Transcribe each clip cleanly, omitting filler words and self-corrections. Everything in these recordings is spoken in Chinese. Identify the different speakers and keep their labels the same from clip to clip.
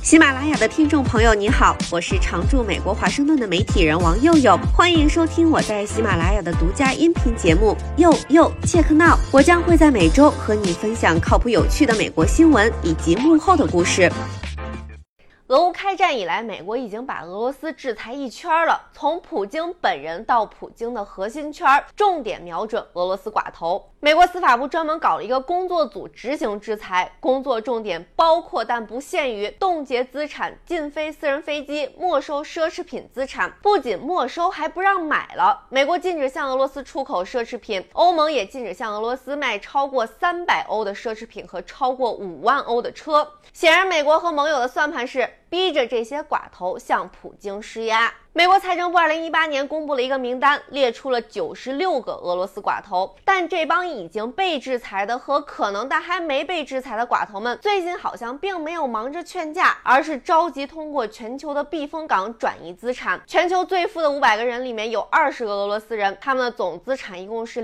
Speaker 1: 喜马拉雅的听众朋友你好，我是常驻美国华盛顿的媒体人王佑佑，欢迎收听我在喜马拉雅的独家音频节目佑佑 Check Now。 我将会在每周和你分享靠谱有趣的美国新闻以及幕后的故事。
Speaker 2: 俄乌开战以来，美国已经把俄罗斯制裁一圈了，从普京本人到普京的核心圈，重点瞄准俄罗斯寡头。美国司法部专门搞了一个工作组执行制裁，工作重点包括但不限于冻结资产、禁飞私人飞机、没收奢侈品资产。不仅没收，还不让买了。美国禁止向俄罗斯出口奢侈品，欧盟也禁止向俄罗斯卖超过300欧的奢侈品和超过5万欧的车。显然，美国和盟友的算盘是逼着这些寡头向普京施压。美国财政部2018年公布了一个名单，列出了96个俄罗斯寡头，但这帮已经被制裁的和可能但还没被制裁的寡头们，最近好像并没有忙着劝架，而是着急通过全球的避风港转移资产。全球最富的500个人里面有20个俄罗斯人，他们的总资产一共是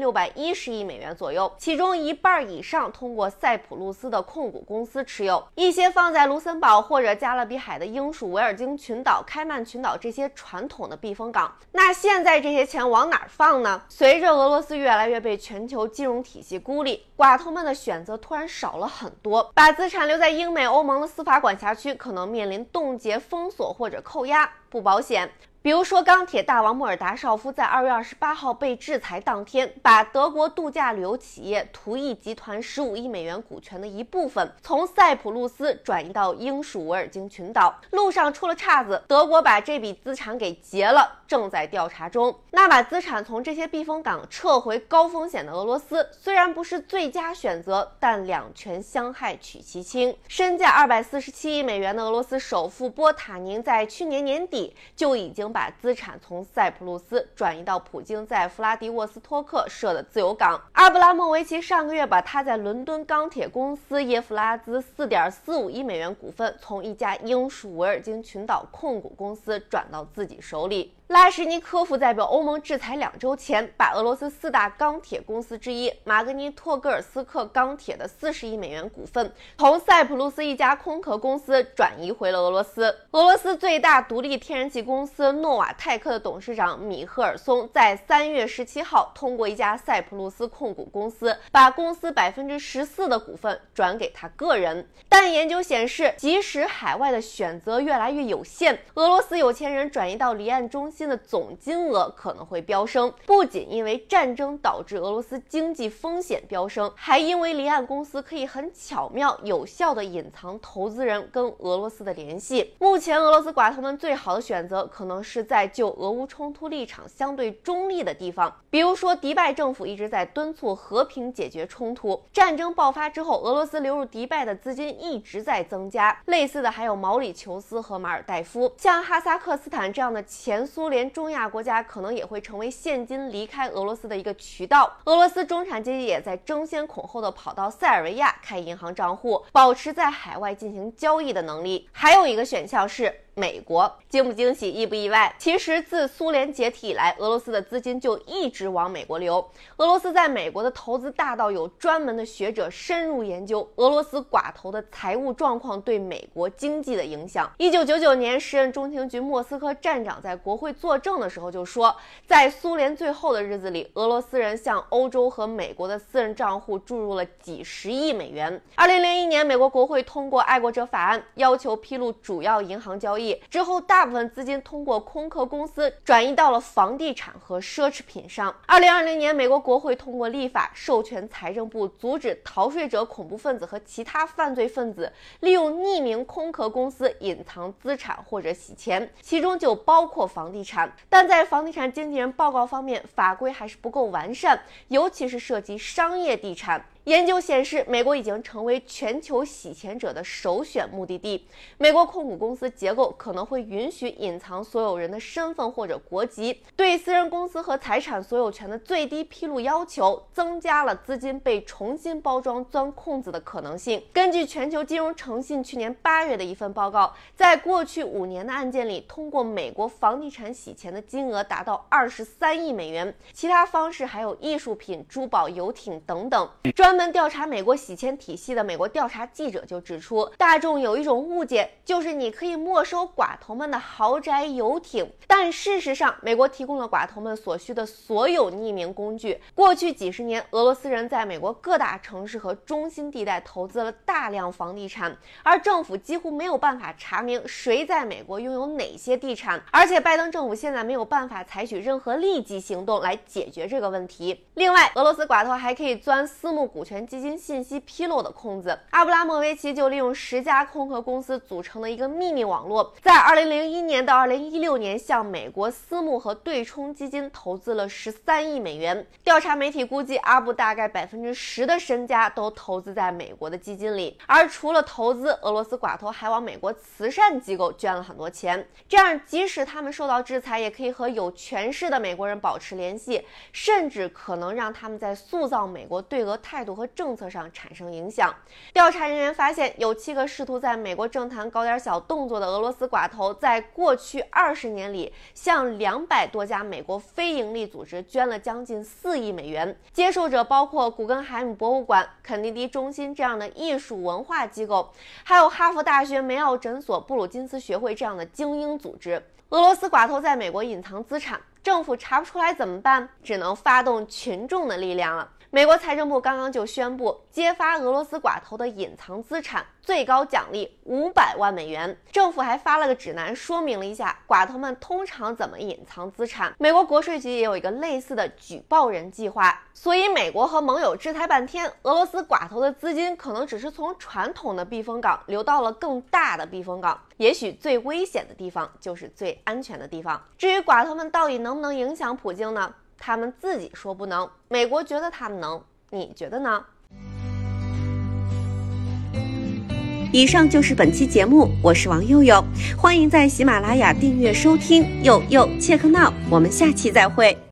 Speaker 2: 2610亿美元左右，其中一半以上通过塞浦路斯的控股公司持有，一些放在卢森堡或者加勒比海的英属维尔京群岛、开曼群岛这些传统的避风港。那现在这些钱往哪儿放呢？随着俄罗斯越来越被全球金融体系孤立，寡头们的选择突然少了很多，把资产留在英美欧盟的司法管辖区，可能面临冻结、封锁或者扣押，不保险。比如说，钢铁大王莫尔达绍夫在2月28号被制裁当天，把德国度假旅游企业途易集团15亿美元股权的一部分从塞浦路斯转移到英属维尔京群岛，路上出了岔子，德国把这笔资产给劫了，正在调查中。那把资产从这些避风港撤回高风险的俄罗斯，虽然不是最佳选择，但两权相害取其轻。身价247亿美元的俄罗斯首富波塔宁在去年年底就已经把资产从塞浦路斯转移到普京在弗拉迪沃斯托克设的自由港。阿布拉莫维奇上个月把他在伦敦钢铁公司耶夫拉兹4.45亿美元股份从一家英属维尔京群岛控股公司转到自己手里。拉什尼科夫在被欧盟制裁2周前，把俄罗斯4大钢铁公司之一马格尼托戈尔斯克钢铁的40亿美元股份从塞浦路斯一家空壳公司转移回了俄罗斯。俄罗斯最大独立天然气公司诺瓦泰克的董事长米赫尔松在3月17号通过一家塞浦路斯控股公司把公司14%的股份转给他个人。但研究显示，即使海外的选择越来越有限，俄罗斯有钱人转移到离岸中心的总金额可能会飙升，不仅因为战争导致俄罗斯经济风险飙升，还因为离岸公司可以很巧妙有效地隐藏投资人跟俄罗斯的联系。目前俄罗斯寡头们最好的选择可能是在就俄乌冲突立场相对中立的地方，比如说迪拜政府一直在敦促和平解决冲突，战争爆发之后俄罗斯流入迪拜的资金一直在增加，类似的还有毛里求斯和马尔代夫。像哈萨克斯坦这样的前苏联中亚国家可能也会成为现金离开俄罗斯的一个渠道。俄罗斯中产阶级也在争先恐后的跑到塞尔维亚开银行账户，保持在海外进行交易的能力。还有一个选项是美国。惊不惊喜，意不意外？其实自苏联解体以来，俄罗斯的资金就一直往美国流。俄罗斯在美国的投资大到有专门的学者深入研究俄罗斯寡头的财务状况对美国经济的影响。1999年，时任中情局莫斯科站长在国会作证的时候就说，在苏联最后的日子里，俄罗斯人向欧洲和美国的私人账户注入了几十亿美元。2001年，美国国会通过爱国者法案，要求披露主要银行交易，之后大部分资金通过空壳公司转移到了房地产和奢侈品上。2020年，美国国会通过立法，授权财政部阻止逃税者、恐怖分子和其他犯罪分子利用匿名空壳公司隐藏资产或者洗钱，其中就包括房地产。但在房地产经纪人报告方面，法规还是不够完善，尤其是涉及商业地产。研究显示，美国已经成为全球洗钱者的首选目的地。美国控股公司结构可能会允许隐藏所有人的身份或者国籍，对私人公司和财产所有权的最低披露要求，增加了资金被重新包装钻空子的可能性。根据全球金融诚信去年8月的一份报告，在过去5年的案件里，通过美国房地产洗钱的金额达到23亿美元，其他方式还有艺术品、珠宝、游艇等等。专门调查美国洗钱体系的美国调查记者就指出，大众有一种误解，就是你可以没收寡头们的豪宅游艇，但事实上美国提供了寡头们所需的所有匿名工具。过去几十年，俄罗斯人在美国各大城市和中心地带投资了大量房地产，而政府几乎没有办法查明谁在美国拥有哪些地产，而且拜登政府现在没有办法采取任何立即行动来解决这个问题。另外，俄罗斯寡头还可以钻私募股权基金信息披露的空子。阿布拉莫维奇就利用10家空壳公司组成的一个秘密网络，在2001年到2016年向美国私募和对冲基金投资了13亿美元。调查媒体估计，阿布大概10%的身家都投资在美国的基金里。而除了投资，俄罗斯寡头还往美国慈善机构捐了很多钱，这样即使他们受到制裁，也可以和有权势的美国人保持联系，甚至可能让他们在塑造美国对俄态度和政策上产生影响。调查人员发现，有7个试图在美国政坛搞点小动作的俄罗斯寡头，在过去20年里向200多家美国非营利组织捐了将近4亿美元。接受者包括古根海姆博物馆、肯尼迪中心这样的艺术文化机构，还有哈佛大学梅奥诊所、布鲁金斯学会这样的精英组织。俄罗斯寡头在美国隐藏资产，政府查不出来怎么办？只能发动群众的力量了。美国财政部刚刚就宣布揭发俄罗斯寡头的隐藏资产，最高奖励500万美元。政府还发了个指南，说明了一下寡头们通常怎么隐藏资产。美国国税局也有一个类似的举报人计划。所以美国和盟友制裁半天，俄罗斯寡头的资金可能只是从传统的避风港流到了更大的避风港，也许最危险的地方就是最安全的地方。至于寡头们到底能不能影响普京呢？他们自己说不能，美国觉得他们能，你觉得呢？
Speaker 1: 以上就是本期节目，我是王佑佑，欢迎在喜马拉雅订阅收听佑佑切克闹，我们下期再会。